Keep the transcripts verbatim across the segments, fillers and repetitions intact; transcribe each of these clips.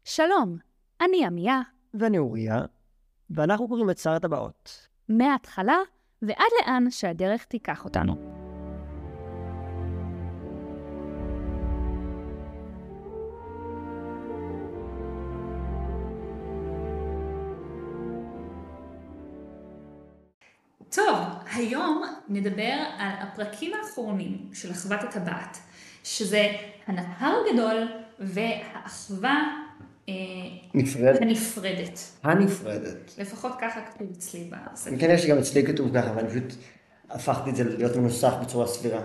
שלום, אני עמיה. ואני אוריה, ואנחנו קוראים את שר הטבעות. מההתחלה ועד לאן שהדרך תיקח אותנו. טוב, היום נדבר על הפרקים האחרונים של אחוות הטבעת, שזה הנהר הגדול והאחווה נפרד. הנפרדת. הנפרדת. לפחות ככה כתוב אצלי בספר. כן, יש שגם אצלי כתוב ככה, אבל אני פשוט הפכתי את זה להיות מנוסח בצורה סבירה.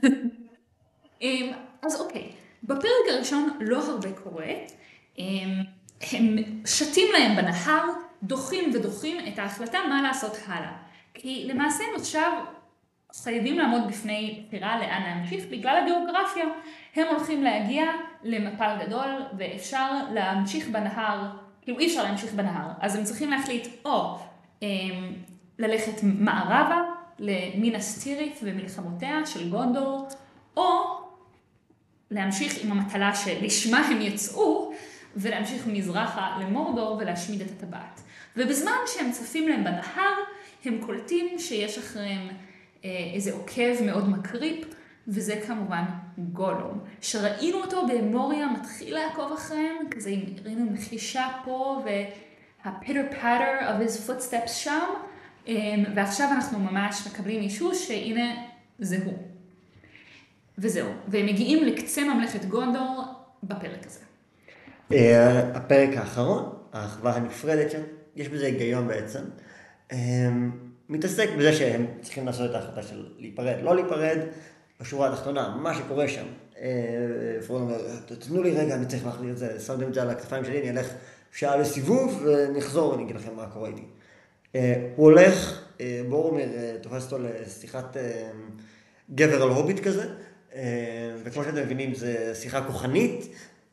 אז אוקיי, בפרק הראשון לא הרבה קורה. הם שתים להם בנהר, דוחים ודוחים את ההחלטה מה לעשות הלאה. כי למעשה הם עכשיו חייבים לעמוד בפני בחירה לאן להמשיך, בגלל הגיאוגרפיה. הם הולכים להגיע למפל גדול, ואפשר להמשיך בנהר, כאילו אי אפשר להמשיך בנהר, אז הם צריכים להחליט או אה, ללכת מערבה למינס טירית ומלחמותיה של גונדור, או להמשיך עם המטלה שלשמה הם יצאו, ולהמשיך מזרחה למורדור ולהשמיד את הטבעת. ובזמן שהם צפים להם בנהר, הם קולטים שיש אחריהם אה, איזה עוקב מאוד מקריפ, וזה כמובן גולום, שראינו אותו במוריה מתחיל לעקוב אחריהם, כזה ראינו מחישה פה וה-pitter patter of his footsteps שם, ועכשיו אנחנו ממש מקבלים אישוש שהנה זה הוא. וזהו, והם מגיעים לקצה ממלכת גונדור בפרק הזה. הפרק האחרון, האחווה הנפרדת שם, יש בזה היגיון בעצם, מתעסק בזה שהם צריכים לעשות את ההחלטה של להיפרד, לא להיפרד, בשורה התחתונה, מה שקורה שם. פרודו אומר, תתנו לי רגע, אני צריך להחליט את זה, שמתם את זה על הכתפיים שלי, אני אלך שעה לסיבוב ונחזור ואני אגיד לכם מה קורה איתי. הוא הולך, בורומיר תופס אותו לשיחת גבר על הוביט כזה, וכמו שאתם מבינים, זו שיחה כוחנית.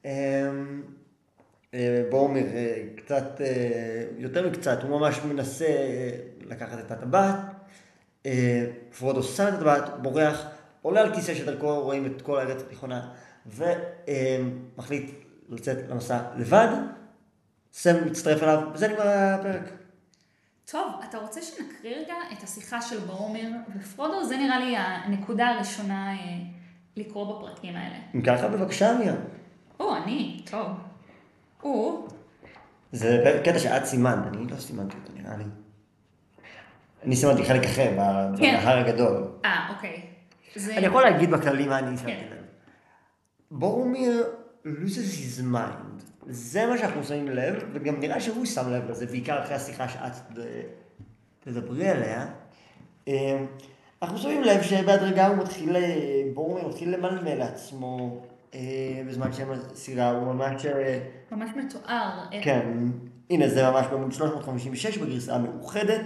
בורומיר קצת, יותר מקצת, הוא ממש מנסה לקחת את הטבעת. פרודו שם את הטבעת, בורח, עולה על כיסא שדרכו רואים את כל הארץ התיכונה, ומחליט לצאת למסע לבד. סם מצטרף אליו, וזה נגמר הפרק. טוב, אתה רוצה שנקריא רגע את השיחה של בורומיר ופרודו? זה נראה לי הנקודה הראשונה לקרוא בפרקים האלה. אם ככה, בבקשה, מיה. או, אני, טוב. הוא... זה קטע שאת סימנת, אני לא סימנתי אותו, נראה לי. אני סימנתי חלק אחר, בנהר הגדול. אה, אוקיי. אני יכול להגיד בכללי מה אני שמתי לב. בורומיר loses his mind. זה מה שאנחנו שמים לב, וגם נראה שהוא שם לב לזה, בעיקר אחרי השיחה שאת תדברי עליה. אנחנו שמים לב שבהדרגה הוא מתחיל, בורומיר מתחיל למלמל לעצמו, בזמן שהם הסירה, הוא ממש... ממש מתואר. כן, הנה זה ממש בעמוד שלוש מאות חמישים ושש בגרסה המאוחדת.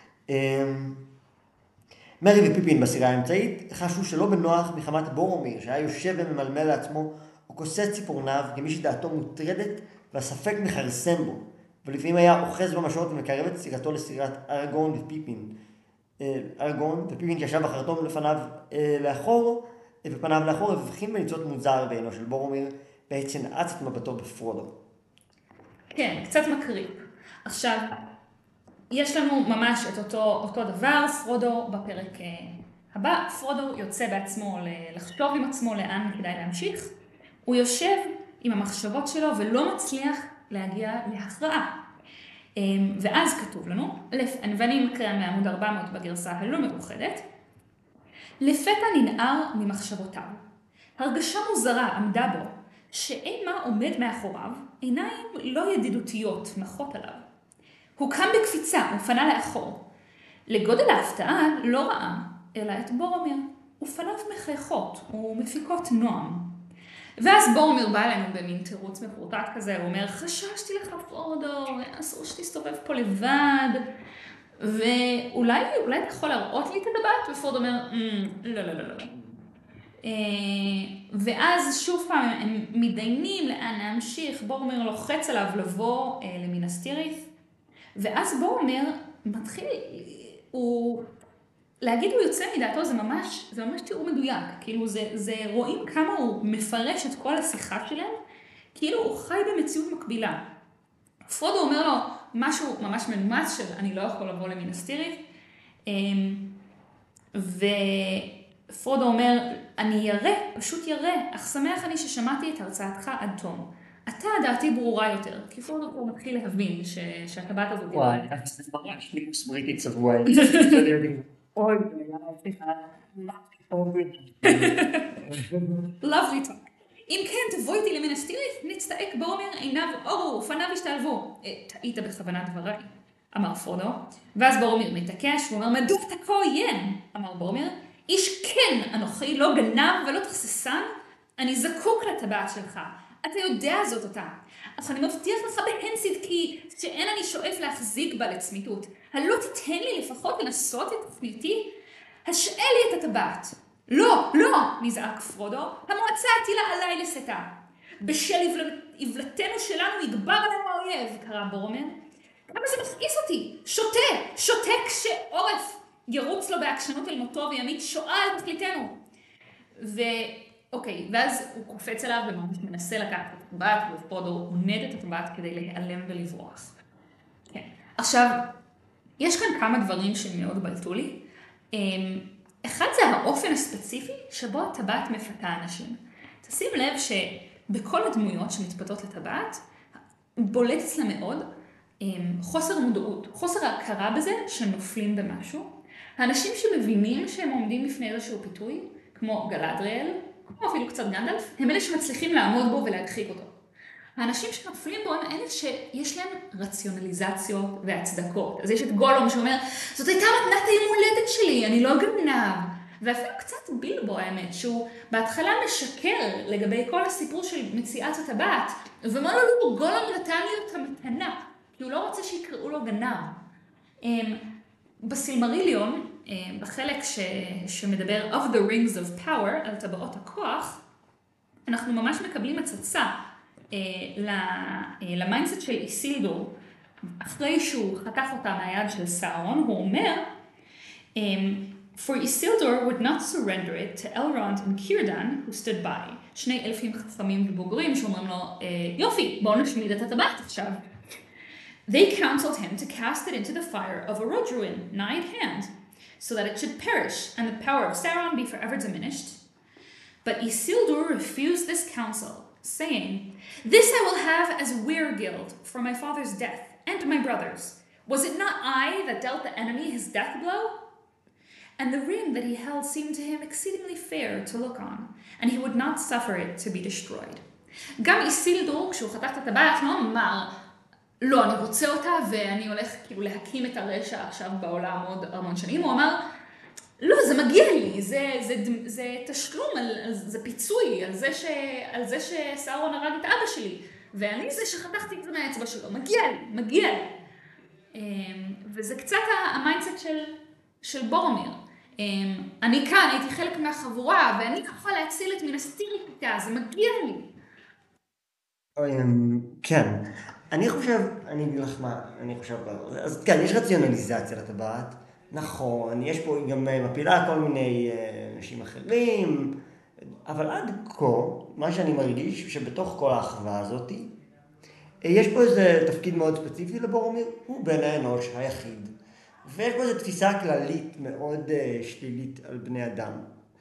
מרי ופיפין בסירה האמצעית חשו שלא בנוח מחמת בורומיר, שהיה יושב וממלמל לעצמו או כוסס ציפורניו כמי שדעתו מוטרדת והספק מחרסם בו, ולפעמים היה אוחז במשעות ומקרב את סירתו לסירת ארגון ופיפין. ארגון ופיפין שישב בחרטום לפניו לאחור, ופניו לאחור הבחין בניצות מוזר בעינו של בורומיר, בעת שנעץ את מבטו בפרודו. כן, קצת מקריב. עכשיו, יש לנו ממש את אותו, אותו דבר, פרודו בפרק הבא. פרודו יוצא בעצמו לחשוב עם עצמו לאן כדאי להמשיך. הוא יושב עם המחשבות שלו ולא מצליח להגיע להכרעה. ואז כתוב לנו, ואני מקריאה מעמוד ארבע מאות בגרסה הלא מאוחדת, לפתע ננער ממחשבותיו. הרגשה מוזרה עמדה בו, שאין מה עומד מאחוריו, עיניים לא ידידותיות נחות עליו. הוא קם בקפיצה ופנה לאחור. לגודל ההפתעה לא ראה, אלא את בורומיר, ופניו מחייכות ומפיקות נועם. ואז בורומיר בא אלינו במין תירוץ מפורטט כזה, הוא אומר, חששתי לך פרודו, אסור שתסתובב פה לבד, ואולי אולי אתה יכול להראות לי את הטבעת? ופרודו אומר, לא, לא, לא, לא. ואז שוב פעם הם מתדיינים לאן להמשיך, בורומיר לוחץ עליו לבוא למינס טירית, ואז בורומיר מתחיל, הוא, להגיד הוא יוצא מדעתו זה ממש, זה ממש תיאור מדויק, כאילו זה, זה רואים כמה הוא מפרש את כל השיחה שלהם, כאילו הוא חי במציאות מקבילה. פרודו אומר לו משהו ממש מנומס של אני לא יכול לבוא למינס טירית', ופרודו אומר, אני ירא, פשוט ירא, אך שמח אני ששמעתי את הרצאתך עד תום. אתה דעתי ברורה יותר, כי פרודו כבר מתחיל להבין שהטבעת הזאת יראה. וואי, זה ממש נימוס בריטי צבוע. אוי, lovely talk. אם כן, תבוא איתי למינס טירית', נצטעק באומר, עיניו אורו, פניו השתלבו. טעית בכוונת דבריי, אמר פרודו. ואז ברומיר מתעקש, הוא אומר, מדוע אתה כה עוין? אמר ברומיר, איש כן, אנוכי לא גנב ולא תכססן, אני זקוק לטבעת שלך. אתה יודע זאת אותה. אך אני מבטיח לך בהן צדקי, שאין אני שואף להחזיק בה לצמיתות. הלא תיתן לי לפחות לנסות את תוכניתי? השאל לי את הטבעת. לא, לא, נזעק פרודו, המועצה הטילה עליי לשאתה. בשל עוולתנו שלנו יגבר עלינו האויב, קרא ברומר. כמה זה מכעיס אותי? שותה, שותה כשעורף ירוץ לו בעקשנות אל מותו וימית שואה על תכליתנו. ואוקיי, ואז הוא קופץ אליו וממש מנסה לקחת את הטבעת, ופרודו עונד את הטבעת כדי להיעלם ולברוח. כן. עכשיו, יש כאן כמה דברים שמאוד בלטו לי. אחד זה האופן הספציפי שבו הטבעת מפתה אנשים. תשים לב שבכל הדמויות שמתפתות לטבעת, בולט אצלה מאוד חוסר מודעות, חוסר ההכרה בזה שנופלים במשהו. האנשים שמבינים שהם עומדים בפני איזשהו פיתוי, כמו גלדריאל, כמו אפילו קצת גנדלף, הם אלה שמצליחים לעמוד בו ולהדחיק אותו. האנשים שנופלים בו הם אלה שיש להם רציונליזציות והצדקות. אז יש את גולום שאומר, זאת הייתה מתנת היום הולדת שלי, אני לא גנב. ואפילו קצת בילבו האמת, שהוא בהתחלה משקר לגבי כל הסיפור של מציאת הטבעת, ואומר לו, לא, גולום נתן לי את המתנה, כי הוא לא רוצה שיקראו לו גנב. בסילמריליון, בחלק ש... שמדבר of the rings of power, על טבעות הכוח, אנחנו ממש מקבלים הצצה למיינדסט של איסילדור, אחרי שהוא חתך אותה מהיד של סאורון, הוא אומר, For Isildur would not surrender it to Elrond and Círdan, who stood by. שני אלפים חכמים ובוגרים שאומרים לו, יופי, בואו נשמיד את הטבעת עכשיו. They counseled him to cast it into the fire of Orodruin, nigh at hand, so that it should perish and the power of Sauron be forever diminished. But Isildur refused this counsel, saying, This I will have as weregild for my father's death and my brother's. Was it not I that dealt the enemy his death blow? And the ring that he held seemed to him exceedingly fair to look on, and he would not suffer it to be destroyed. גם איסילדור, כשהוא חתך את הטבעת, לא אמר, לא, אני רוצה אותה ואני הולך כאילו להקים את הרשע עכשיו בעולם עוד המון שנים. הוא אמר, לא, זה מגיע לי, זה, זה, זה תשלום, על, זה פיצוי על זה, ש, על זה שסאורון הרג את אבא שלי, ואני זה שחתכתי את זה מהאצבע שלו, מגיע לי, מגיע לי. וזה קצת המיינדסט של, של בורומיר. אני כאן, הייתי חלק מהחבורה, ואני יכול להציל את מינס טירית' איתה, זה מגיע לי. כן, אני חושב, אני אגיד לך מה, אני חושב, אז כן, יש רציונליזציה לטבעת, נכון, יש פה גם מפילה כל מיני אנשים אחרים, אבל עד כה, מה שאני מרגיש, שבתוך כל האחווה הזאת, יש פה איזה תפקיד מאוד ספציפי לבורומיר, הוא בן האנוש היחיד. ויש פה איזו תפיסה כללית מאוד שלילית על בני אדם,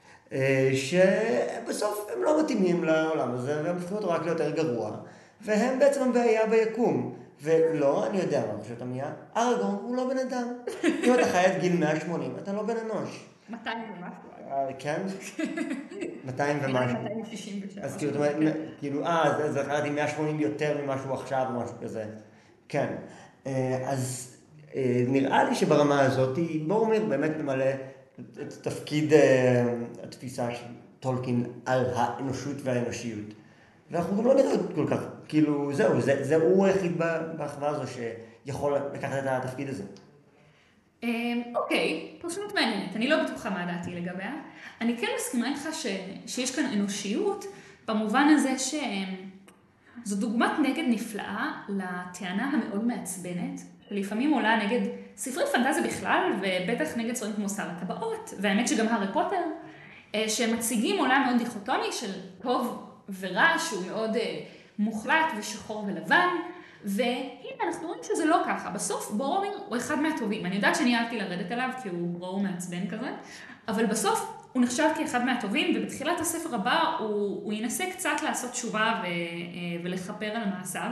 שבסוף הם לא מתאימים לעולם הזה, והם הופכים אותו רק ליותר גרוע, והם בעצם הבעיה ביקום. ולא, אני יודע מה חושבת עמיה, ארגון הוא לא בן אדם. אם אתה חי עד גיל מאה ושמונים, אתה לא בן אנוש. מאתיים ומשהו. כן? מאתיים ומשהו. מאתיים ושישים ושבע. אז כאילו, זאת אומרת, כאילו, אה, זה חייתי מאה ושמונים יותר ממשהו עכשיו או משהו כזה. כן. אז נראה לי שברמה הזאת, בורומיר באמת ממלא את תפקיד התפיסה של טולקין על האנושות והאנושיות. ואנחנו גם לא נראה כל כך, כאילו, זהו, זה, זה הוא היחיד באחווה הזו שיכול לקחת את התפקיד הזה. אוקיי, פרשנות מעניינת. אני לא בטוחה מה דעתי לגביה. אני כן מסכימה איתך שיש כאן אנושיות, במובן הזה שזו דוגמת נגד נפלאה לטענה המאוד מעצבנת, שלפעמים עולה נגד ספרי פנטזיה בכלל, ובטח נגד ספרים כמו שר הטבעות, והאמת שגם הארי פוטר, שמציגים עולם מאוד דיכוטומי של טוב ורע, שהוא מאוד מוחלט ושחור ולבן, והנה אנחנו רואים שזה לא ככה. בסוף בורומיר הוא אחד מהטובים. אני יודעת שאני אהבתי לרדת עליו כי הוא ראו מעצבן כזה, אבל בסוף הוא נחשב כאחד מהטובים, ובתחילת הספר הבא הוא, הוא ינסה קצת לעשות תשובה ו, ולכפר על מעשיו.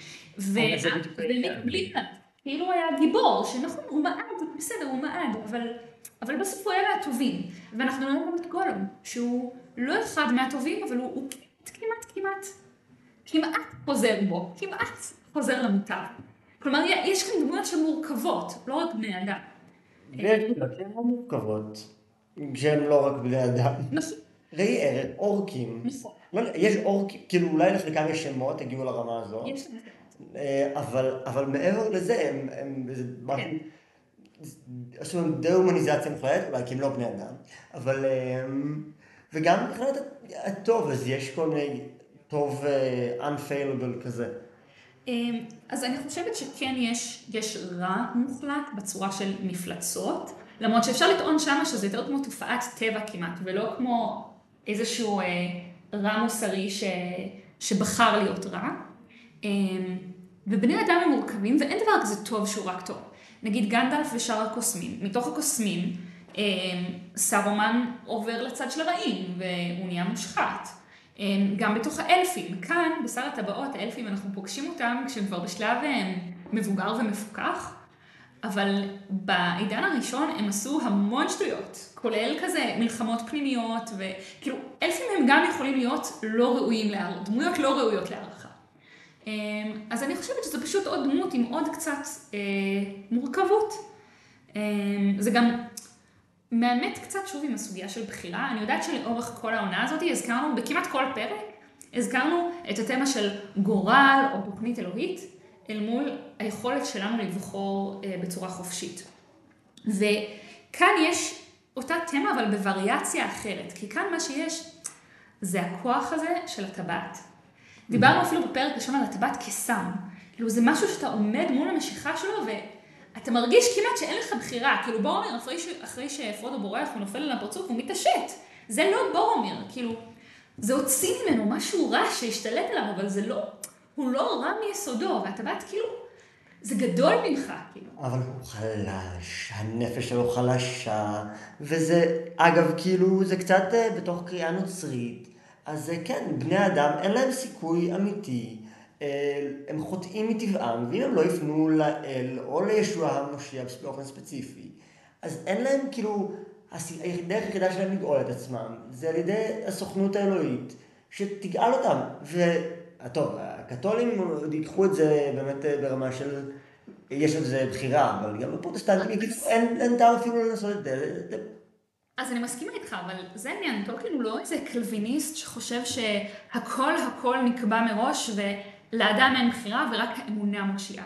ובלי כאן, כאילו הוא היה גיבור, שנכון, הוא מעד, בסדר, הוא מעד, אבל, אבל בסוף הוא היה מהטובים. ואנחנו רואים גם את גולום, שהוא לא אחד מהטובים, אבל הוא, הוא כמעט, כמעט, כמעט חוזר בו, כמעט חוזר למוטב. כלומר, יש כאן דמויות שמורכבות, לא רק בני אדם. ויש דמויות מורכבות, שהן לא רק בני אדם. נכון. ראי ערך, אורקים. נכון. יש אורקים, כאילו אולי לחלקם יש שמות, הגיעו לרמה הזאת. יש לזה. אבל, אבל מעבר לזה, הם, הם, זה משהו, עשו להם דה-הומניזציה מוחלטת, אולי כי הם לא בני אדם, אבל, וגם מבחינת הטוב, אז יש כל מיני טוב unfailable כזה. אז אני חושבת שכן יש, יש רע מוחלט בצורה של מפלצות, למרות שאפשר לטעון שמה שזה יותר כמו תופעת טבע כמעט, ולא כמו איזשהו רע מוסרי ש, שבחר להיות רע. ובני אדם הם מורכבים, ואין דבר כזה טוב שהוא רק טוב. נגיד גנדלף ושאר הקוסמים. מתוך הקוסמים, סרומן עובר לצד של הרעים, והוא נהיה מושחת. גם בתוך האלפים. כאן, בשר הטבעות, האלפים, אנחנו פוגשים אותם כשהם כבר בשלב מבוגר ומפוקח, אבל בעידן הראשון הם עשו המון שטויות, כולל כזה מלחמות פנימיות, וכאילו, אלפים הם גם יכולים להיות לא ראויים להערכה, דמויות לא ראויות להערכה. אז אני חושבת שזה פשוט עוד דמות עם עוד קצת אה, מורכבות. אה, זה גם מאמת קצת שוב עם הסוגיה של בחירה. אני יודעת שלאורך כל העונה הזאת הזכרנו, בכמעט כל פרק, הזכרנו את התמה של גורל או תוכנית אלוהית, אל מול היכולת שלנו לבחור אה, בצורה חופשית. וכאן יש אותה תמה, אבל בווריאציה אחרת. כי כאן מה שיש זה הכוח הזה של הטבעת. דיברנו אפילו בפרק ראשון על הטבעת כסם. כאילו זה משהו שאתה עומד מול המשיכה שלו ואתה מרגיש כמעט שאין לך בחירה. כאילו בורומיר אחרי, ש... אחרי שפרודו בורח הוא נופל על הפרצוף הוא מתעשת. זה לא בורומיר. כאילו זה הוציא ממנו משהו רע שהשתלט עליו, אבל זה לא, הוא לא רע מיסודו. והטבעת כאילו זה גדול ממך. כאילו. אבל הוא חלש, הנפש שלו חלשה. וזה אגב כאילו זה קצת בתוך קריאה נוצרית. אז כן, בני אדם אין להם סיכוי אמיתי, הם חוטאים מטבעם, ואם הם לא יפנו לאל או לישוע המושיע באופן ספציפי, אז אין להם כאילו, הדרך היחידה שלהם לגאול את עצמם, זה על ידי הסוכנות האלוהית, שתגאל אותם. וטוב, הקתולים ייקחו את זה באמת ברמה של, יש לזה בחירה, אבל גם בפרוטסטנטים אין טעם אפילו לנסות את זה. אז אני מסכימה איתך, אבל זה עניין, טולקין הוא לא איזה קלוויניסט שחושב שהכל הכל נקבע מראש ולאדם אין בחירה ורק האמונה מושיעה.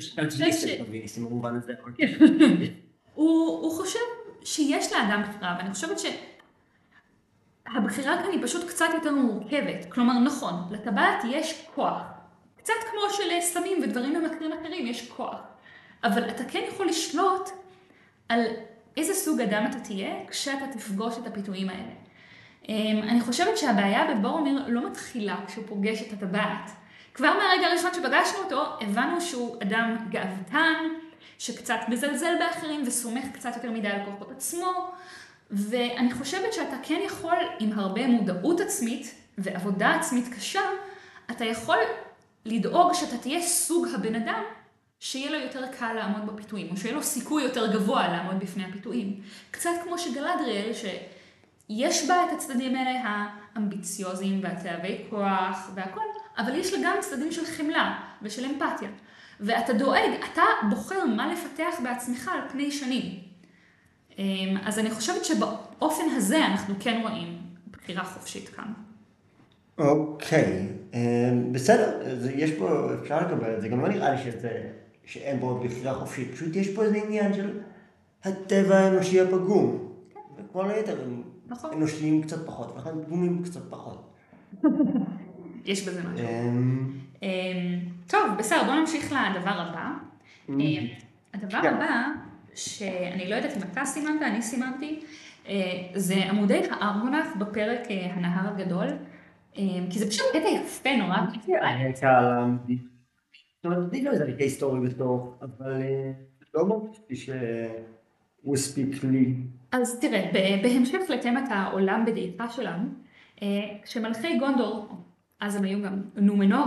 הוא חושב שיש לאדם בחירה, ואני חושבת שהבחירה כאן היא פשוט קצת יותר מורכבת. כלומר, נכון, לטבעת יש כוח. קצת כמו של סמים ודברים ממכרים אחרים, יש כוח. אבל אתה כן יכול לשלוט על איזה סוג אדם אתה תהיה כשאתה תפגוש את הפיתויים האלה. אני חושבת שהבעיה בבורומיר לא מתחילה כשהוא פוגש את הטבעת. כבר מהרגע הראשון שפגשנו אותו, הבנו שהוא אדם גאוותן, שקצת מזלזל באחרים וסומך קצת יותר מדי על כוחות עצמו, ואני חושבת שאתה כן יכול, עם הרבה מודעות עצמית ועבודה עצמית קשה, אתה יכול לדאוג שאתה תהיה סוג הבן אדם, שיהיה לו יותר קל לעמוד בפיתויים, או שיהיה לו סיכוי יותר גבוה לעמוד בפני הפיתויים. קצת כמו שגלדריאל, שיש בה את הצדדים האלה האמביציוזיים והתאבי כוח והכל, אבל יש לה גם צדדים של חמלה ושל אמפתיה. ואתה דואג, אתה בוחר מה לפתח בעצמך על פני שנים. אז אני חושבת שבאופן הזה אנחנו כן רואים בחירה חופשית כאן. אוקיי, בסדר, יש פה, אפשר לקבל את זה, גם לא נראה לי שזה, שאין בו בחירה חופשית, פשוט יש פה איזה עניין של הטבע האנושי הפגום, וכמו ליתר הם אנושיים קצת פחות, ולכן פגומים קצת פחות. יש בזה משהו. טוב, בסדר, בואו נמשיך לדבר הבא. הדבר הבא, שאני לא יודעת אם אתה סימנת, אני סימנתי, זה עמודי הארגונף בפרק הנהר הגדול. כי זה פשוט קטע יפה נורא. אני הייתה על המדינה. זאת אומרת, אני לא יודע רקע היסטורי בתור, אבל לא מרגיש לי שהוא הספיק לי. אז תראה, בהמשך לתמת העולם בדעיכה שלנו, כשמלכי גונדור, אז הם היו גם נומנור,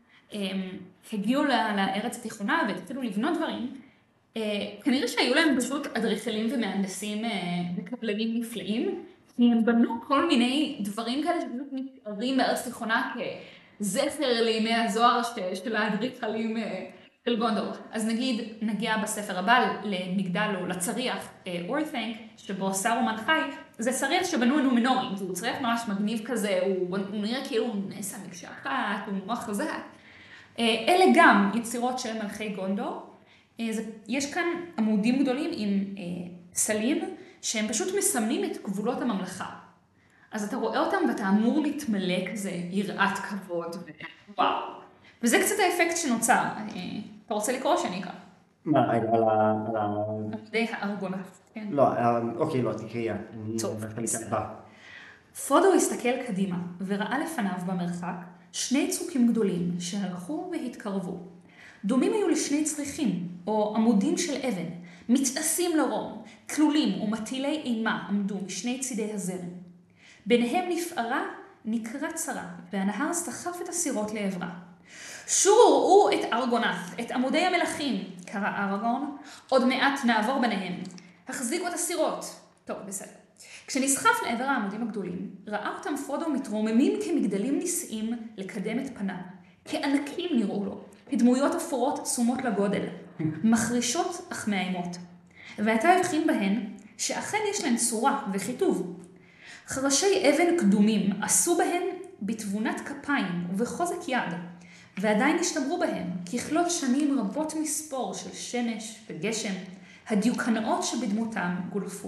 הגיעו לארץ התיכונה והתחילו לבנות דברים, כנראה שהיו להם פשוט אדריכלים ומהנדסים וקבלנים נפלאים, כי הם בנו כל מיני דברים כאלה שפשוט נשארים בארץ התיכונה כזכר לימי הזוהר של האדריכלים של גונדור. אז נגיד, נגיע בספר הבא למגדל או לצריח אורת'נק, שבו סארומן חי, זה צריח שבנו נומנורים, והוא צריח ממש מגניב כזה, הוא, הוא נראה כאילו הוא נעשה מקשה אחת, הוא נורא חזק. אלה גם יצירות של מלכי גונדור. יש כאן עמודים גדולים עם סלים, שהם פשוט מסמנים את גבולות הממלכה. אז אתה רואה אותם ואתה אמור להתמלא כזה יראת כבוד, וואו. וזה קצת האפקט שנוצר. אתה רוצה לקרוא שאני אקרא? מה, על ה... עמודי הארגונף, כן. לא, אוקיי, לא, תקריאה. טוב, פרודו הסתכל קדימה וראה לפניו במרחק שני צוקים גדולים שהלכו והתקרבו. דומים היו לשני צריכים, או עמודים של אבן, מתנסים לרום, כלולים ומטילי אימה עמדו משני צידי הזרם. ביניהם נפערה נקרה צרה, והנהר סחף את הסירות לעברה. שורו ראו את ארגונף, את עמודי המלכים, קרא ארגון, עוד מעט נעבור ביניהם. החזיקו את הסירות. טוב, בסדר. כשנסחף לעבר העמודים הגדולים, ראה אותם פרודו מתרוממים כמגדלים נישאים לקדם את פניו. כענקים נראו לו, כדמויות אפורות עצומות לגודל, מחרישות אך מאיימות. ועתה הבחין בהן שאכן יש להן צורה וכיתוב. חרשי אבן קדומים עשו בהן בתבונת כפיים ובחוזק יד, ועדיין השתמרו בהם ככלות שנים רבות מספור של שמש וגשם, הדיוקנאות שבדמותם גולפו.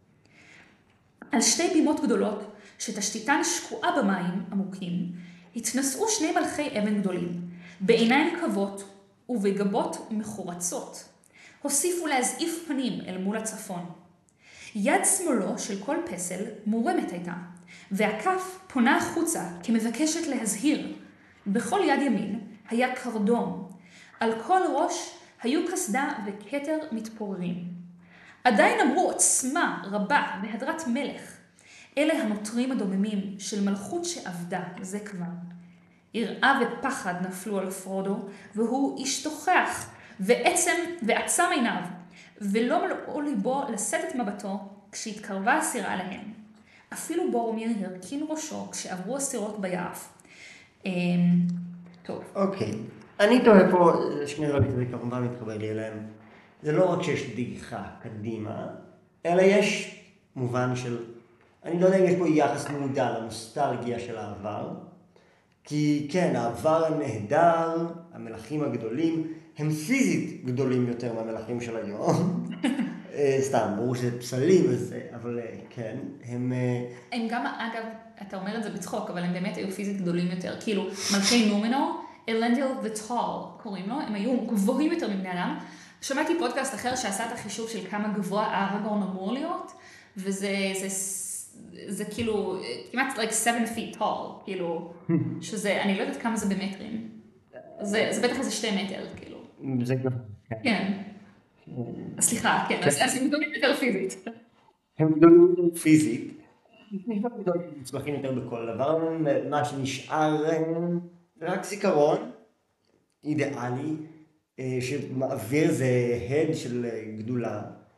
על שתי בימות גדולות, שתשתיתן שקועה במים עמוקים, התנסו שני מלכי אבן גדולים, בעיניים קוות ובגבות מחורצות. הוסיפו להזעיף פנים אל מול הצפון. יד שמאלו של כל פסל מורמת הייתה, והכף פונה החוצה כמבקשת להזהיר. בכל יד ימין היה קרדום. על כל ראש היו כסדה וכתר מתפוררים. עדיין אמרו עוצמה רבה והדרת מלך. אלה הנוטרים הדוממים של מלכות שעבדה, זה כבר. יראה ופחד נפלו על פרודו, והוא השתוכח ועצם ועצם עיניו, ולא מלאו ליבו לשאת את מבטו כשהתקרבה הסירה להם. אפילו בורומיר הרכין ראשו כשעברו הסירות ביעף. טוב. אוקיי. אני תוהה פה, שני דברים כזה כמובן מתקבל לי אליהם. זה לא רק שיש דעיכה קדימה, אלא יש מובן של, אני לא יודע אם יש פה יחס מודע לנוסטלגיה של העבר, כי כן, העבר נהדר, המלכים הגדולים, הם פיזית גדולים יותר מהמלכים של היום. סתם, ברור שזה פסלים וזה, אבל כן, הם... הם גם, אגב, אתה אומר את זה בצחוק, אבל הם באמת היו פיזית גדולים יותר. כאילו, מלכי נומנור, אלנדל וטול קוראים לו, הם היו גבוהים יותר מבני אדם. שמעתי פודקאסט אחר שעשה את החישוב של כמה גבוה ארגורן אמור להיות, וזה זה, זה כאילו כמעט like seven feet tall, כאילו, שזה, אני לא יודעת כמה זה במטרים. זה, זה בטח איזה שתי מטר, כאילו. זה גם... כן. סליחה, כן, אז הם גדולים יותר פיזית. הם גדולים יותר פיזית. הם מצמחים יותר בכל דבר, מה שנשאר רק זיכרון אידיאלי, שמעביר זה הד של גדולה.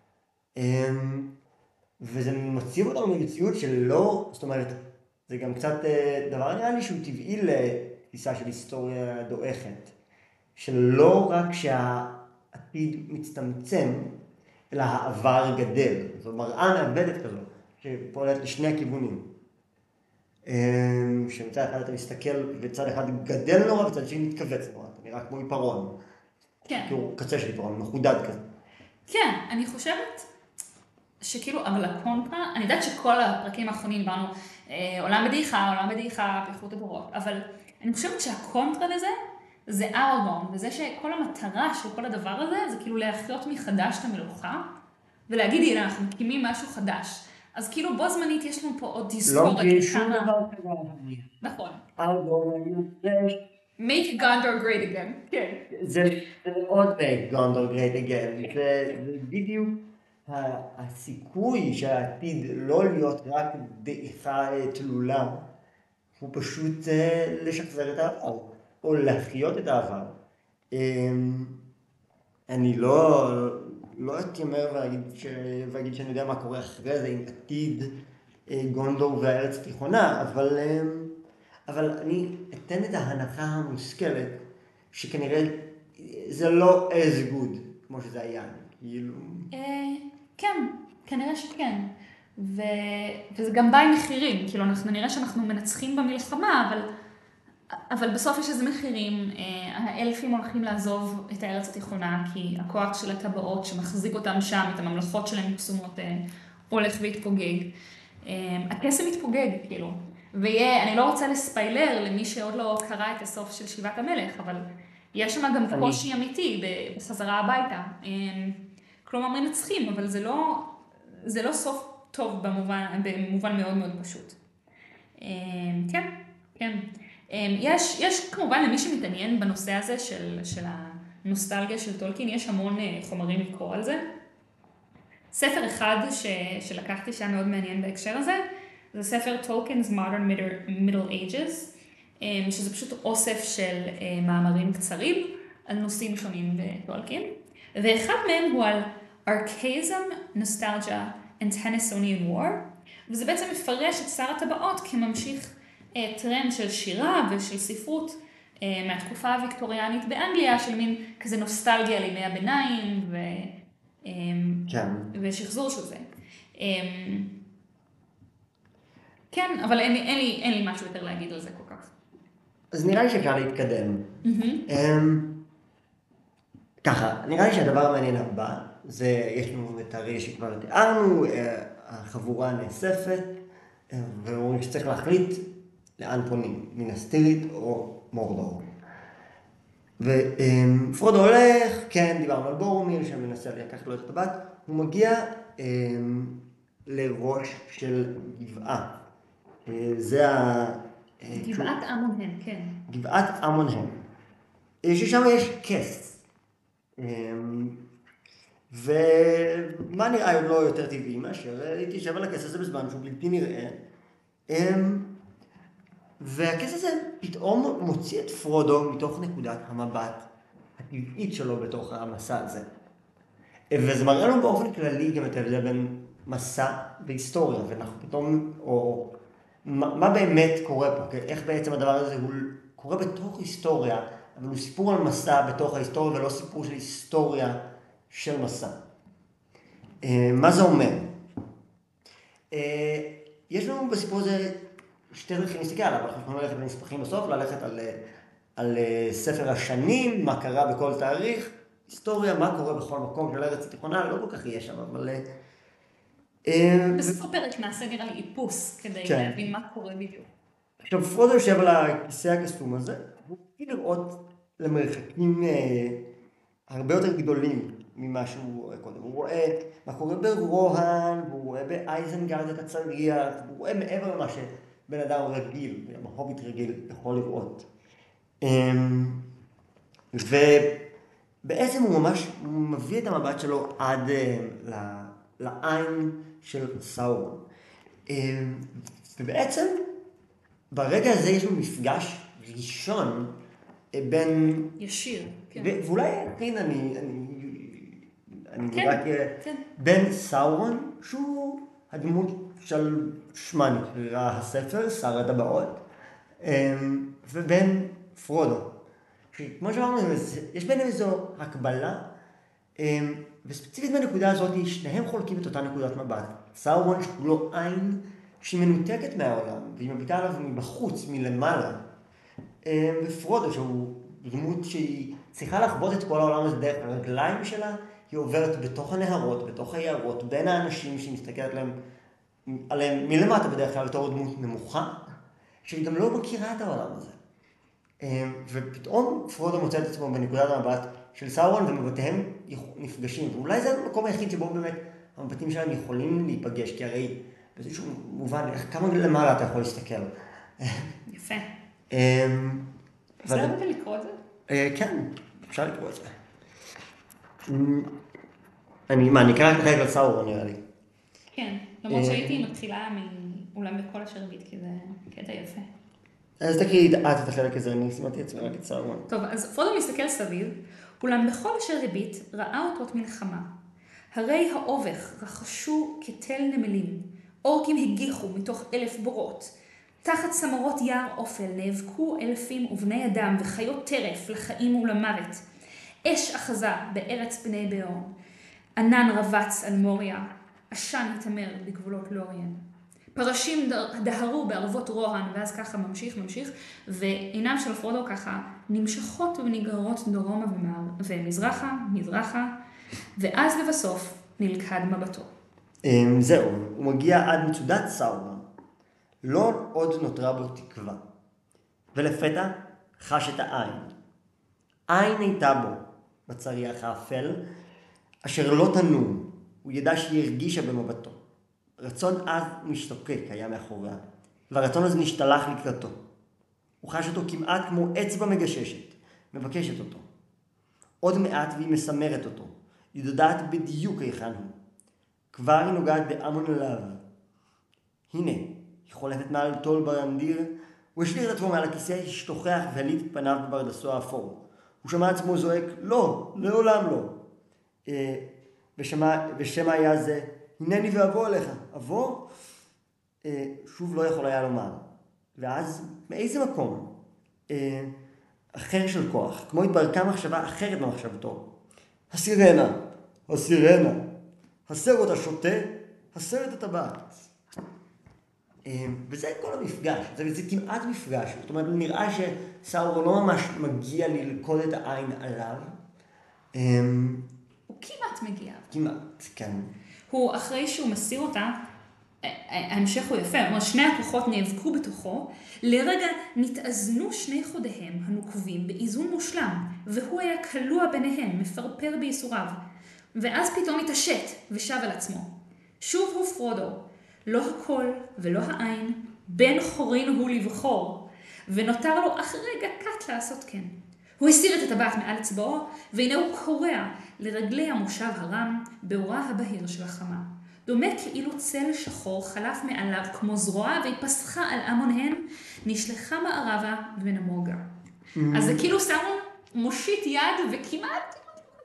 וזה מציב אותנו במציאות שלא, זאת אומרת, זה גם קצת דבר נראה לי שהוא טבעי לתפיסה של היסטוריה דועכת. שלא רק שהעתיד מצטמצם, אלא העבר גדל. זו מראה מעבדת כזו, שפועלת לשני הכיוונים. שמצד אחד אתה מסתכל וצד אחד גדל נורא וצד שני מתכווץ נורא. אתה נראה כמו עיפרון. כן. כאילו קצה של עיפרון, מחודד כזה. כן, אני חושבת שכאילו, אבל הקונטרה, אני יודעת שכל הפרקים האחרונים דיברנו עולם בדעיכה, עולם בדעיכה, פיחות הדורות, אבל אני חושבת שהקונטרה לזה זה ארגון, וזה שכל המטרה של כל הדבר הזה זה כאילו להחיות מחדש את המלוכה, ולהגיד, הנה, אנחנו מקימים משהו חדש. אז כאילו בו זמנית יש לנו פה עוד לא היסטוריה. כי שום כמה- דבר כזה. נכון. ארגון, Make Gondor great again. כן. זה זה עוד גונדור גרייט אגן, זה זה בדיוק ה- הסיכוי שהעתיד לא להיות רק דעיכה אה, תלולה, הוא פשוט אה, לשחזר את העבר, או להחיות את העבר. אמ, אני לא, לא אתיימר ואגיד, ש... ואגיד שאני יודע מה קורה אחרי זה עם עתיד אה, גונדור והארץ התיכונה, אבל, אמ, אבל אני אתן את ההנחה המושכלת שכנראה זה לא as good כמו שזה היה, כאילו... אה, כן, כנראה שכן. ו... וזה גם בא עם מחירים, כאילו אנחנו נראה שאנחנו מנצחים במלחמה, אבל, אבל בסוף יש איזה מחירים. אה, האלפים הולכים לעזוב את הארץ התיכונה, כי הכוח של הטבעות שמחזיק אותם שם, את הממלכות שלהם קסומות, אה, הולך והתפוגג. אה, הקסם מתפוגג, כאילו. ויהיה, אני לא רוצה לספיילר למי שעוד לא קרא את הסוף של שיבת המלך, אבל יש שם גם אני- קושי אמיתי בחזרה הביתה. אה, כלומר מנצחים, אבל זה לא, זה לא סוף טוב במובן, במובן מאוד מאוד פשוט. אה, כן, כן. אה, יש, יש כמובן למי שמתעניין בנושא הזה של, של הנוסטלגיה של טולקין, יש המון אה, חומרים לקרוא על זה. ספר אחד ש, שלקחתי שהיה מאוד מעניין בהקשר הזה, זה ספר Tolkien's Modern Middle, Middle Ages, אה, שזה פשוט אוסף של אה, מאמרים קצרים על נושאים שונים בטולקין. ואחד מהם הוא על Archaism, Nostalgia and Tennysonian War, וזה בעצם מפרש את שר הטבעות כממשיך אה, טרנד של שירה ושל ספרות אה, מהתקופה הוויקטוריאנית באנגליה, של מין כזה נוסטלגיה לימי הביניים ו, אה, כן. ושחזור של זה. אה, כן, אבל אין לי, אין, לי, אין לי משהו יותר להגיד על זה כל כך. אז נראה לי שקל להתקדם. אמ, ככה, נראה לי שהדבר המעניין הבא, זה, יש לנו את הרי שכבר תיארנו, אה, החבורה נאספת, אה, ואומרים שצריך להחליט לאן פונים, מיnas טירית או מורדור. ופרודו הולך, כן, דיברנו על בורומיר, שמנסה לקחת לו את הטבעת, הוא מגיע אמ, לראש של גבעה. אה, זה ה... אה, גבעת אמונהן, כן. גבעת אמונהן, אה, ששם יש כס. אמ, ומה נראה לא יותר טבעי מאשר להתיישב על הכס הזה בזמן שהוא בלתי נראה. אמ, והכס הזה פתאום מוציא את פרודו מתוך נקודת המבט הטבעית שלו בתוך המסע הזה. וזה מראה לנו באופן כללי גם את ההבדל בין מסע והיסטוריה, ואנחנו פתאום, או מה, מה באמת קורה פה, איך בעצם הדבר הזה הוא קורה בתוך היסטוריה, אבל הוא סיפור על מסע בתוך ההיסטוריה ולא סיפור של היסטוריה של מסע. מה זה אומר? יש לנו בסיפור הזה שתי דרכים להסתכל עליו, אנחנו יכולים ללכת בנספחים בסוף, ללכת על, על ספר השנים, מה קרה בכל תאריך, היסטוריה, מה קורה בכל מקום של ארץ התיכונה, לא כל כך יהיה שם, אבל... בסוף הפרק נעשה נראה לי איפוס, כדי כן. להבין מה קורה בדיוק. עכשיו, פרודו יושב על הכיסא הקסום הזה, הוא יכול לראות למרחקים אה, הרבה יותר גדולים ממה שהוא רואה קודם. הוא רואה מה קורה ברוהן, והוא רואה באייזנגרד את הצריח, והוא רואה מעבר למה שבן אדם רגיל, הוביט רגיל, יכול לראות. אה, ובעצם הוא ממש הוא מביא את המבט שלו עד אה, לעין של סאורון. אה, ובעצם ברגע הזה יש לנו מפגש ראשון בין... ישיר, כן. ו- ואולי הכין אני... אני, אני כן, רק... כן. בין סאורון, שהוא הדמות של שמה נקרא הספר, שר הטבעות, ובין פרודו. כמו שאמרנו, יש ביניהם איזו הקבלה, וספציפית בנקודה הזאת, שניהם חולקים את אותה נקודת מבט. סאורון שהוא לא עין שהיא מנותקת מהעולם, והיא מביטה עליו מבחוץ, מלמעלה. ופרודו, שהוא דמות שהיא צריכה לחוות את כל העולם הזה דרך הרגליים שלה, היא עוברת בתוך הנהרות, בתוך היערות, בין האנשים שהיא מסתכלת עליהם, עליהם מלמטה בדרך כלל בתור דמות נמוכה, שהיא גם לא מכירה את העולם הזה. ופתאום פרודו מוצא את עצמו בנקודת המבט של סאורון, ומבטיהם נפגשים. ואולי זה המקום היחיד שבו באמת המבטים שלהם יכולים להיפגש, כי הרי באיזשהו מובן, כמה למעלה אתה יכול להסתכל. יפה. אמ, אפשר הרבה לקרוא את זה? אה, כן, אפשר לקרוא את זה. אמ, אני, מה, אני אקרא רק חלק לסאורון נראה לי. כן, למרות שהייתי מתחילה מאולם בכל אשר הביט, כי זה קטע יפה. אז תקראי את את החלק הזה, אני סימנתי עצמי רק את סאורון. טוב, אז פרודו מסתכל סביב, אולם בכל אשר הביט ראה אותות מלחמה. הרי האובך רחשו כתל נמלים, אורקים הגיחו מתוך אלף בורות. תחת צמרות יער אופל נאבקו אלפים ובני אדם וחיות טרף לחיים ולמוות. אש אחזה בארץ בני באון. ענן רבץ על מוריה, עשן התאמר בגבולות לוריאן. פרשים דהרו בערבות רוהן, ואז ככה ממשיך, ממשיך, ועיניו של פרודו ככה נמשכות ונגררות דרומה ומזרחה, מזרחה, ואז לבסוף נלכד מבטו. זהו, הוא מגיע עד מצודת סאורון. לא עוד נותרה בו תקווה. ולפתע חש את העין. עין הייתה בו, בצריח האפל, אשר לא תנום. הוא ידע שהיא הרגישה במבטו. רצון עז משתוקק היה מאחוריה, והרצון הזה נשתלח לקראתו. הוא חש אותו כמעט כמו אצבע מגששת, מבקשת אותו. עוד מעט והיא מסמרת אותו. היא יודעת בדיוק היכן הוא. כבר היא נוגעת באמון אליו. הנה, היא חולפת מעל תול ברנדיר, הוא השליך את עצמו מעל הכיסא, השתוכח והליט את פניו בברדסו האפור. הוא שמע עצמו זועק, לא, לעולם לא. ושמע, ושמע היה זה, הנני ואבוא אליך. אבוא? שוב לא יכול היה לומר. ואז, מאיזה מקום? אחר של כוח, כמו התברקה מחשבה אחרת במחשבתו. הסירנה, הסירנה, הסר אותה שוטה, הסר את הטבעת. וזה כל המפגש, זה, זה כמעט מפגש. זאת אומרת, נראה שסאורון לא ממש מגיע ללכוד את העין עליו. הוא כמעט מגיע. כמעט, כן. הוא, אחרי שהוא מסיר אותה, ההמשך הוא יפה, אומר, שני הכוחות נאבקו בתוכו, לרגע נתאזנו שני חודיהם הנוקבים באיזון מושלם, והוא היה קלוע ביניהם, מפרפר בייסוריו. ואז פתאום התעשת ושב על עצמו. שוב הוא פרודו, לא הקול ולא העין, בן חורין הוא לבחור, ונותר לו אך רגע קט לעשות כן. הוא הסיר את הטבעת מעל אצבעו, והנה הוא קורע לרגלי המושב הרם, באורה הבהיר של החמה. דומה כאילו צל שחור חלף מעליו כמו זרוע, והיא פסחה על אמונהן, נשלחה מערבה ונמוגה. Mm-hmm. אז זה כאילו סאורון מושיט יד וכמעט...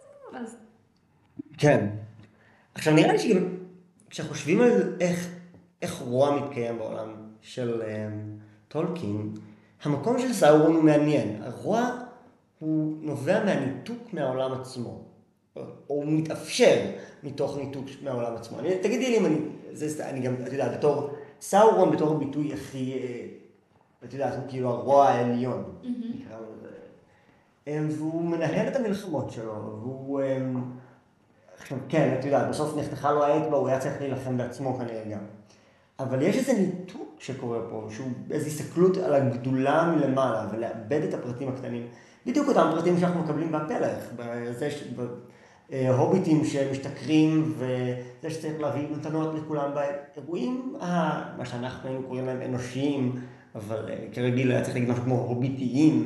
כן. עכשיו נראה לי שגם כשחושבים על איך, איך רוע מתקיים בעולם של um, טולקין, המקום של סאורון הוא מעניין. הרוע הוא נובע מהניתוק מהעולם עצמו, או הוא מתאפשר מתוך ניתוק מהעולם עצמו. אני, תגידי לי אם אני, זה, אני גם, אתה יודע, בתור סאורון, בתור הביטוי הכי, אתה יודע, הוא כאילו הרוע העליון. Mm-hmm. נקרא לזה. והוא מנהל את המלחמות שלו, והוא, עכשיו, כן, אתה יודע, בסוף נחתכה לו האצבע, הוא היה צריך להילחם בעצמו כנראה גם. אבל יש איזה ניתוק שקורה פה, שהוא איזו הסתכלות על הגדולה מלמעלה, ולאבד את הפרטים הקטנים. בדיוק אותם פרטים שאנחנו מקבלים בפלח, בזה הוביטים שמשתכרים, וזה שצריך להביא מתנות לכולם באירועים, מה שאנחנו היינו קוראים להם אנושיים, אבל כרגיל היה צריך להגיד משהו כמו הוביטיים.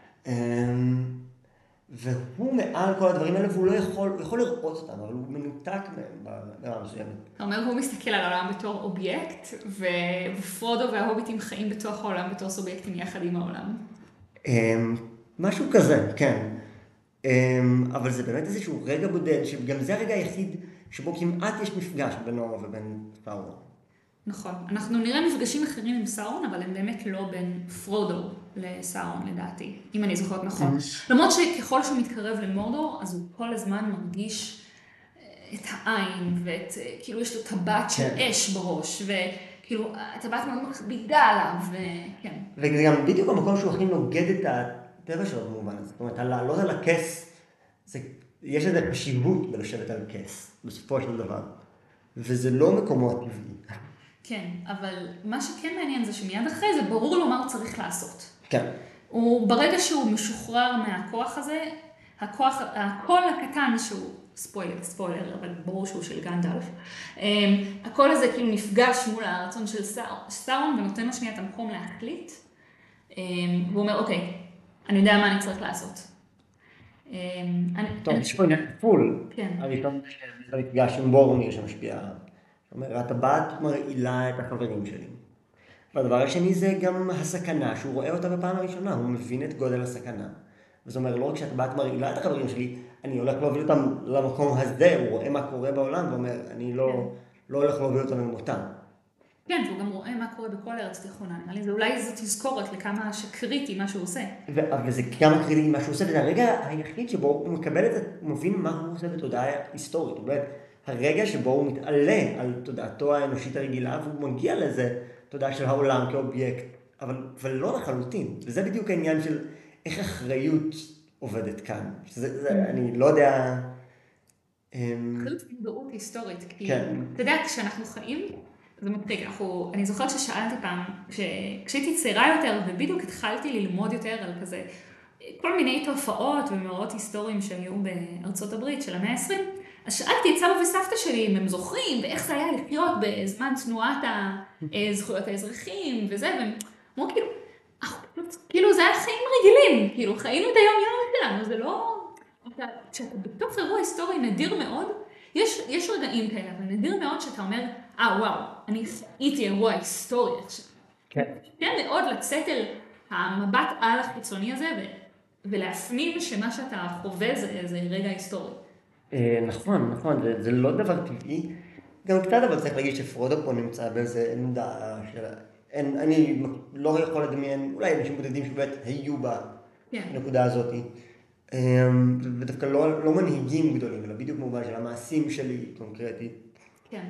והוא מעל כל הדברים האלה, והוא לא יכול, הוא יכול לראות אותם, אבל הוא מנותק מהם ברמה מסוימת. אתה אומר, הוא מסתכל על העולם בתור אובייקט, ופרודו וההוביטים חיים בתוך העולם בתור סובייקטים יחד עם העולם. משהו כזה, כן. אבל זה באמת איזשהו רגע בודד, שגם זה הרגע היחיד שבו כמעט יש מפגש בינו ובין סאורון. נכון. אנחנו נראה מפגשים אחרים עם סאורון, אבל הם באמת לא בין פרודו לסאורון, לדעתי, אם אני זוכרת נכון. למרות שככל שהוא מתקרב למורדור, אז הוא כל הזמן מרגיש את העין, ואת, כאילו יש לו טבעת של אש בראש, וכאילו הטבעת מאוד מכבידה עליו, וכן. וזה גם בדיוק המקום שהוא הכי נוגד את הטבע שלו במובן הזה. זאת אומרת, לעלות על הכס, זה, יש איזו חשיבות בלשבת על כס, בסופו של דבר. וזה לא מקומו הטבעי. כן, אבל מה שכן מעניין זה שמיד אחרי זה ברור לו מה הוא צריך לעשות. כן. הוא, ברגע שהוא משוחרר מהכוח הזה, הכוח, הקול הקטן שהוא ספוילר, ספוילר, אבל ברור שהוא של גנדלף. הקול הזה כאילו נפגש מול הרצון של סאורון ונותן לו שנייה את המקום להחליט. והוא אומר, אוקיי, אני יודע מה אני צריך לעשות. טוב, יש פה עניין כפול. כן. הראשון שזה נפגש עם בורמיר שמשפיע עליו. זאת אומרת, הטבעת מרעילה את החברים שלי. והדבר השני זה גם הסכנה, שהוא רואה אותה בפעם הראשונה, הוא מבין את גודל הסכנה. וזה אומר, לא רק שהטבעת מרעילה את החברים שלי, אני הולך להוביל אותם למקום הזה, הוא רואה מה קורה בעולם, ואומר, אני לא, לא הולך להוביל אותם למותם. כן, והוא גם רואה מה קורה בכל ארץ תיכונה. אולי זו תזכורת לכמה שקריטי מה שהוא עושה. וזה כמה קריטי מה שהוא עושה, וזה הרגע היחיד שבו הוא מקבל את זה, הוא מבין מה הוא עושה בתודעה היסטורית. זאת אומרת, הרגע שבו הוא מתעלה על תודעתו האנושית הרגילה, והוא מגיע לזה תודעה של העולם כאובייקט, אבל, אבל לא לחלוטין. וזה בדיוק העניין של איך אחריות עובדת כאן. שזה, זה, אני לא יודע... אחריות מודעות היסטורית. כן. אתה יודע, כשאנחנו חיים, זה מצחיק, אני זוכרת ששאלתי פעם, כשהייתי צעירה יותר, ובדיוק התחלתי ללמוד יותר על כזה, כל מיני תופעות ומאורעות היסטוריים שהיו בארצות הברית של המאה ה-עשרים, אז שאלתי את סבא וסבתא שלי אם הם זוכרים, ואיך זה היה לחיות בזמן תנועת הזכויות האזרחים וזה, והם אמרו כאילו, כאילו זה היה חיים רגילים, כאילו חיינו את היום יום שלנו, זה לא... כשאתה בתוך אירוע היסטורי נדיר מאוד, יש, יש רגעים כאלה, אבל נדיר מאוד שאתה אומר, אה וואו, אני חייתי אירוע היסטורי עכשיו. כן. כן, מאוד לצאת אל המבט על החיצוני הזה, ו, ולהפנים שמה שאתה חווה זה, זה רגע היסטורי. נכון, נכון, זה, זה לא דבר טבעי. גם קצת אבל צריך להגיד שפרודו פה נמצא באיזה עמדה של... אין, אני לא יכול לדמיין, אולי אנשים בודדים שבאמת היו בנקודה הזאת. ודווקא לא, לא מנהיגים גדולים, אלא בדיוק מובן של המעשים שלי קונקרטית. כן.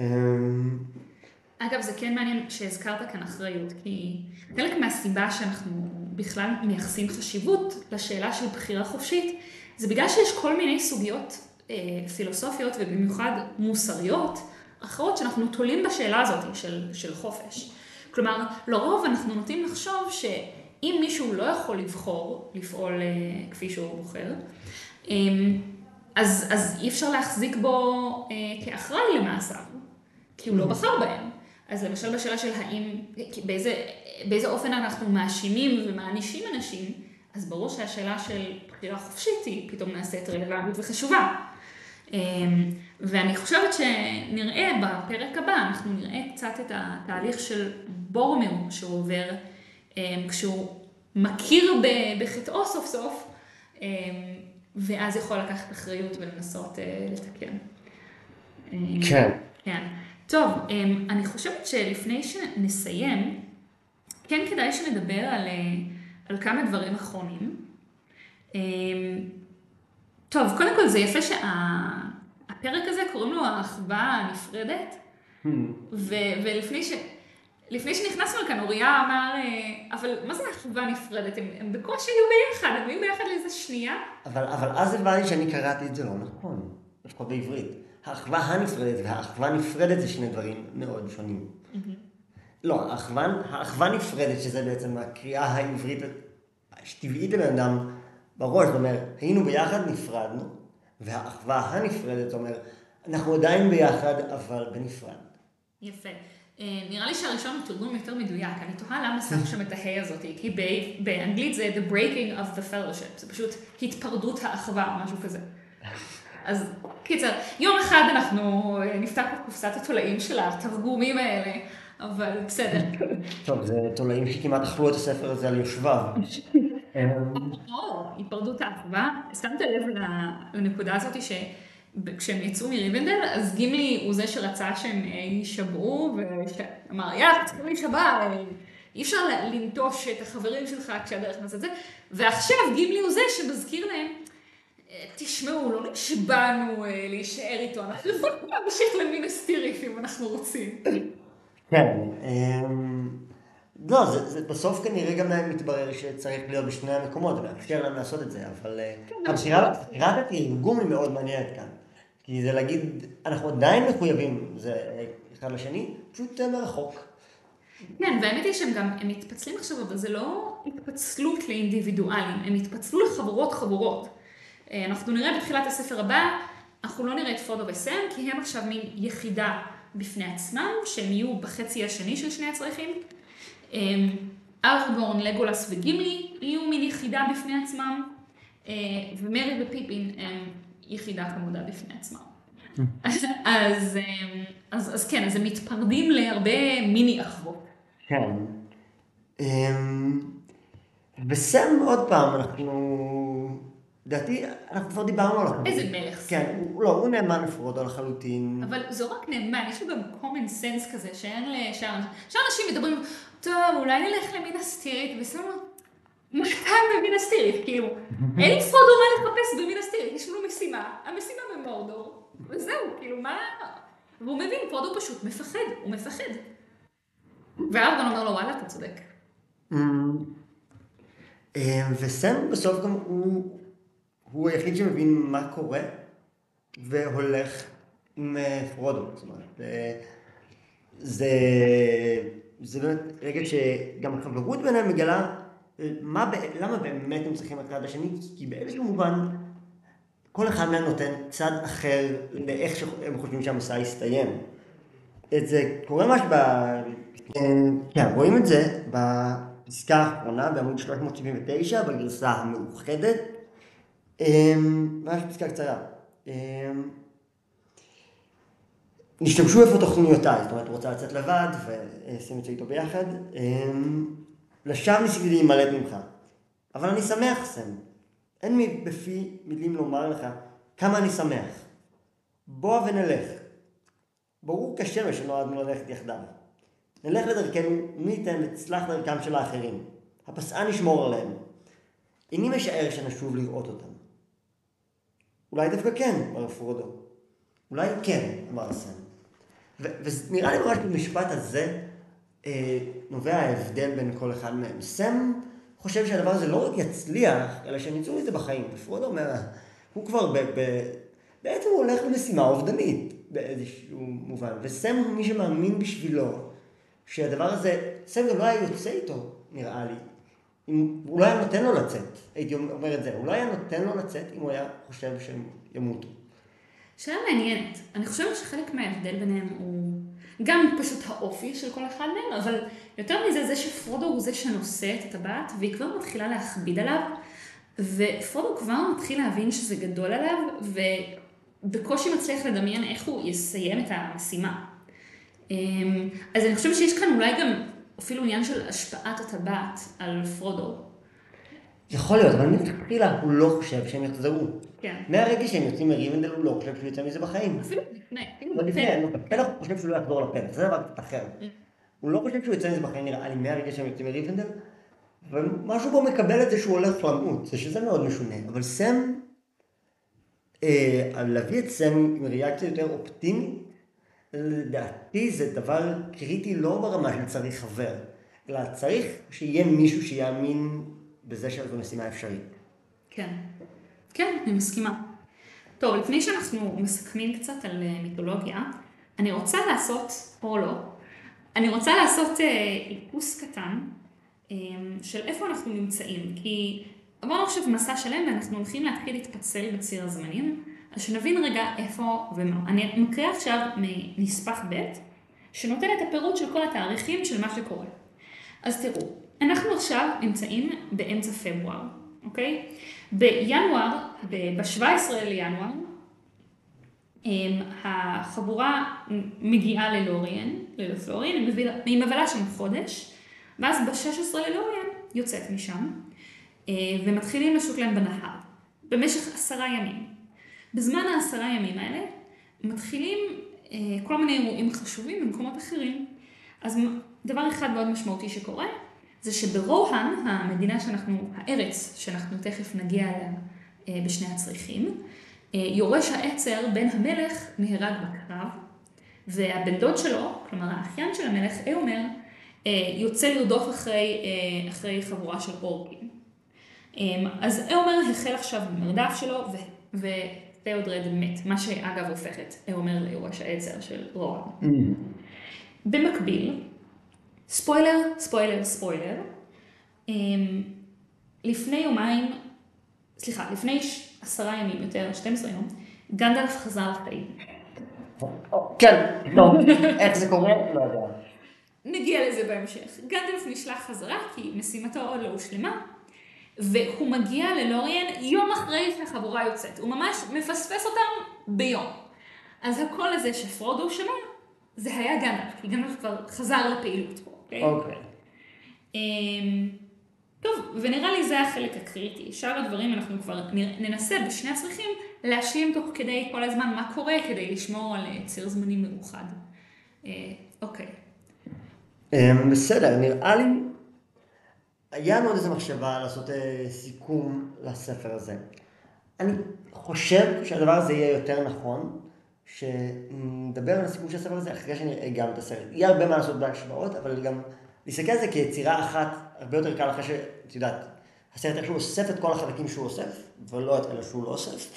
אגב, זה כן מעניין שהזכרת כאן אחריות, כי חלק מהסיבה שאנחנו בכלל מייחסים חשיבות לשאלה של בחירה חופשית, זה בגלל שיש כל מיני סוגיות אה, פילוסופיות ובמיוחד מוסריות אחרות שאנחנו תולים בשאלה הזאת של, של חופש. כלומר, לרוב אנחנו נוטים לחשוב שאם מישהו לא יכול לבחור, לפעול אה, כפי שהוא בוחר, אה, אז, אז אי אפשר להחזיק בו אה, כאחראי למעשיו, כי הוא לא בחר בהם. אז למשל בשאלה של האם, באיזה, באיזה אופן אנחנו מאשימים ומענישים אנשים, אז ברור שהשאלה של בחירה חופשית היא פתאום נעשית רלוונטית וחשובה. ואני חושבת שנראה בפרק הבא, אנחנו נראה קצת את התהליך של בורומיר שהוא עובר, כשהוא מכיר בחטאו סוף סוף, ואז יכול לקחת אחריות ולנסות לתקן. כן. כן. טוב, אני חושבת שלפני שנסיים, כן כדאי שנדבר על, על כמה דברים אחרונים. טוב, קודם כל זה יפה שהפרק הזה קוראים לו האחווה הנפרדת, ו- ולפני ש... לפני שנכנסנו לכאן, אוריה אמר, אבל מה זה האחווה הנפרדת? הם, הם בקושי היו ביחד, הם היו ביחד לאיזה שנייה. אבל, אבל אז הבנתי שאני קראתי את זה לא נכון, לפחות בעברית. האחווה הנפרדת והאחווה הנפרדת זה שני דברים מאוד שונים. לא, האחווה, האחווה נפרדת, שזה בעצם הקריאה העברית שטבעית לבן אדם בראש, זאת אומרת, היינו ביחד, נפרדנו, והאחווה הנפרדת, זאת אומרת, אנחנו עדיין ביחד, אבל בנפרד. יפה. נראה לי שהראשון הוא תרגום יותר מדויק, אני תוהה למה שם שם את ההי הזאת, כי באנגלית זה the breaking of the fellowship, זה פשוט התפרדות האחווה, משהו כזה. אז קיצר, יום אחד אנחנו נפתח את קופסת התולעים של התרגומים האלה, אבל בסדר. טוב, זה תולעים שכמעט אכלו את הספר הזה על יושביו. או, היפרדות האחווה. שמת לב לנקודה הזאת שכשהם יצאו מריבנדל, אז גימלי הוא זה שרצה שהם יישבעו, ואמר, יאללה, צריכים להישבע, אי אפשר לנטוש את החברים שלך כשהדרך נעשה את זה, ועכשיו גימלי הוא זה שמזכיר להם, תשמעו, לא נשבענו להישאר איתו, אנחנו יכולים להמשיך למינס טיריף אם אנחנו רוצים. כן, לא, בסוף כנראה גם מתברר שצריך להיות בשני המקומות, ולאפשר להם לעשות את זה, אבל הבחירת התרגום היא מאוד מעניינת כאן, כי זה להגיד, אנחנו עדיין מחויבים, זה אחד לשני, פשוט מרחוק. כן, והאמת היא שהם גם, הם מתפצלים עכשיו, אבל זה לא התפצלות לאינדיבידואלים, הם התפצלו לחבורות חבורות. אנחנו נראה בתחילת הספר הבא אנחנו לא נראה את פרודו וסם, כי הם עכשיו מין יחידה בפני עצמם, שהם יהיו בחצי השני של שני הצריכים. ארגורן, לגולס וגימלי יהיו מין יחידה בפני עצמם, ומרי ופיפין הם יחידה כמודה בפני עצמם. אז, אז, אז, אז כן, אז הם מתפרדים להרבה מיני אחרות. כן. וסם עוד פעם, אנחנו, לדעתי, אנחנו כבר דיברנו עליו. איזה מלך. כן, הוא, לא, הוא נאמן לפרודו לחלוטין. אבל זה רק נאמן, יש לו גם common sense כזה, שאין לשאר, שאר אנשים מדברים, טוב, אולי נלך למינה סטירית, וסם משכן במינה סטירית, כאילו, אין פרודו מה לחפש במינה סטירית, יש לנו משימה, המשימה במורדור, וזהו, כאילו, מה? והוא מבין, פרודו פשוט מפחד, הוא מפחד. וארגון אומר לו, וואלה, אתה צודק. וסם בסוף גם הוא, הוא היחיד שמבין מה קורה, והולך עם פרודו. זאת אומרת, זה, זה באמת רגע שגם החברות ביניהם מגלה, מה, למה באמת הם צריכים אחד לשני, כי באיזשהו מובן, כל אחד מהם נותן צד אחר לאיך שהם חושבים שהמסע יסתיים. את זה קורה ממש ב... כן, רואים את זה בפסקה האחרונה, בעמוד שלוש מאות שבעים ותשע, בגרסה המאוחדת. ממש פסקה קצרה. נשתמשו איפה תוכניותיי, זאת אומרת, רוצה לצאת לבד ושים את זה איתו ביחד. לשווא ניסיתי להימלט ממך, אבל אני שמח, סם. אין לי בפי מילים לומר לך כמה אני שמח. בוא ונלך. ברור כשמש שנועדנו ללכת יחדיו. נלך לדרכנו, מי ייתן ותצלח דרכם של האחרים. הפסעה נשמור עליהם. איני משער שנשוב לראות אותם. אולי דווקא כן, אמר פרודו. אולי כן, אמר סם. ונראה לי ממש במשפט הזה אה, נובע ההבדל בין כל אחד מהם. סם חושב שהדבר הזה לא רק יצליח, אלא שהם יצאו מזה בחיים. ופרודו אומר, הוא כבר ב... ב בעצם הוא הולך למשימה אובדנית באיזשהו מובן. וסם הוא מי שמאמין בשבילו שהדבר הזה, סם גם לא היה יוצא איתו, נראה לי. אם, הוא לא היה נותן לו לצאת, הייתי אומר את זה, הוא לא היה נותן לו לצאת אם הוא היה חושב שהם ימותו. שאלה מעניינת. אני חושבת שחלק מההבדל ביניהם הוא גם פשוט האופי של כל אחד מהם, אבל יותר מזה זה שפרודו הוא זה שנושא את הטבעת, והיא כבר מתחילה להכביד עליו, ופרודו כבר מתחיל להבין שזה גדול עליו, ובקושי מצליח לדמיין איך הוא יסיים את המשימה. אז אני חושבת שיש כאן אולי גם אפילו עניין של השפעת הטבעת על פרודו. יכול להיות, אבל מתחילה הוא לא חושב שהם יחזרו. כן. מהרגע שהם יוצאים מריבנדל הוא לא חושב שהוא יוצא מזה בחיים. אפילו לפני. לא לפני, בפלח הוא חושב שהוא לא יחזור לפלח, זה דבר קצת אחר. הוא לא חושב שהוא יוצא מזה בחיים, נראה לי, מהרגע שהם יוצאים מריבנדל, ומשהו בו מקבל את זה שהוא הולך למות, זה שזה מאוד משונה. אבל סם, להביא את סם עם ריאקציה יותר אופטימית, לדעתי זה דבר קריטי לא ברמה של צריך חבר, אלא צריך שיהיה מישהו שיאמין בזה שזו משימה אפשרית. כן, כן, אני מסכימה. טוב, לפני שאנחנו מסכמים קצת על מיתולוגיה, אני רוצה לעשות, או לא, אני רוצה לעשות איפוס קטן של איפה אנחנו נמצאים, כי עברנו עכשיו מסע שלם ואנחנו הולכים להתחיל להתפצל בציר הזמנים, אז שנבין רגע איפה ומה. אני מקריאה עכשיו מנספח ב' שנותן את הפירוט של כל התאריכים של מה שקורה. אז תראו, אנחנו עכשיו נמצאים באמצע פברואר, אוקיי? בינואר, ב-שבעה עשר לינואר, החבורה מגיעה ללוריאן, ללפלוריאן, היא מבלה שם חודש, ואז ב-שישה עשר ללוריאן יוצאת משם, ומתחילים לשוט להם בנהר, במשך עשרה ימים. בזמן העשרה ימים האלה, מתחילים כל מיני אירועים חשובים במקומות אחרים. אז דבר אחד מאוד משמעותי שקורה, זה שברוהן, המדינה שאנחנו, הארץ שאנחנו תכף נגיע אליה בשני הצריכים, יורש העצר בן המלך נהרג בקרב, והבן דוד שלו, כלומר האחיין של המלך, איומר, יוצא לרדוף אחרי, אחרי חבורה של אורקים. אז איומר החל עכשיו במרדף שלו, ותיאודרד מת, מה שאגב הופך את איומר ליורש העצר של רוהן. במקביל, ספוילר, ספוילר, ספוילר, לפני יומיים, סליחה, לפני עשרה ימים יותר, שנים עשר יום, גנדלף חזר לחיים. כן, טוב, איך זה קורה? לא יודע. נגיע לזה בהמשך. גנדלף נשלח חזרה כי משימתו עוד לא הושלמה, והוא מגיע ללוריאן יום אחרי שהחבורה יוצאת. הוא ממש מפספס אותם ביום. אז הקול הזה שפרודו שמע, זה היה גנדלף, כי גנדלף כבר חזר לפעילות פה. אוקיי? אוקיי. טוב, ונראה לי זה החלק הקריטי. שאר הדברים אנחנו כבר ננסה בשני הצריכים להשלים תוך כדי כל הזמן מה קורה כדי לשמור על ציר זמנים מאוחד. אוקיי. בסדר, נראה לי, היה מאוד איזו מחשבה לעשות סיכום לספר הזה. אני חושב שהדבר הזה יהיה יותר נכון, שנדבר על הסיכום של הספר הזה אחרי שנראה גם את הסרט. יהיה הרבה מה לעשות בהשוואות, אבל גם להסתכל על זה כיצירה אחת, הרבה יותר קל אחרי שאת יודעת, הסרט איך שהוא אוסף את כל החלקים שהוא אוסף, ולא את אלה שהוא לא אוסף.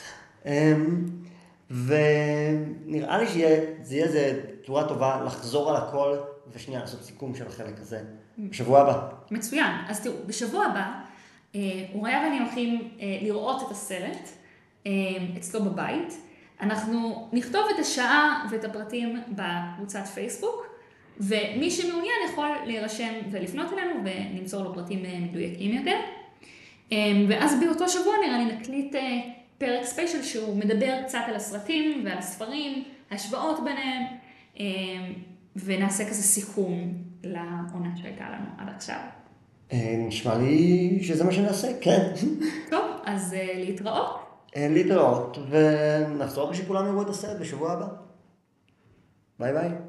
ונראה לי שזה יהיה איזו תורה טובה לחזור על הכל, ושנייה לעשות סיכום של החלק הזה בשבוע הבא. מצוין. אז תראו, בשבוע הבא, אוריה ואני הולכים לראות את הסרט אצלו בבית. אנחנו נכתוב את השעה ואת הפרטים בקבוצת פייסבוק, ומי שמעוניין יכול להירשם ולפנות אלינו ונמסור לו פרטים מדויקים יותר. ואז באותו שבוע נראה לי נקליט פרק ספיישל שהוא מדבר קצת על הסרטים ועל הספרים, השוואות ביניהם, ונעשה כזה סיכום לעונה שהייתה לנו עד עכשיו. נשמע לי שזה מה שנעשה, כן. טוב, אז להתראות. להתראות, ונחזור כשכולם יראו את הסרט בשבוע הבא. ביי ביי.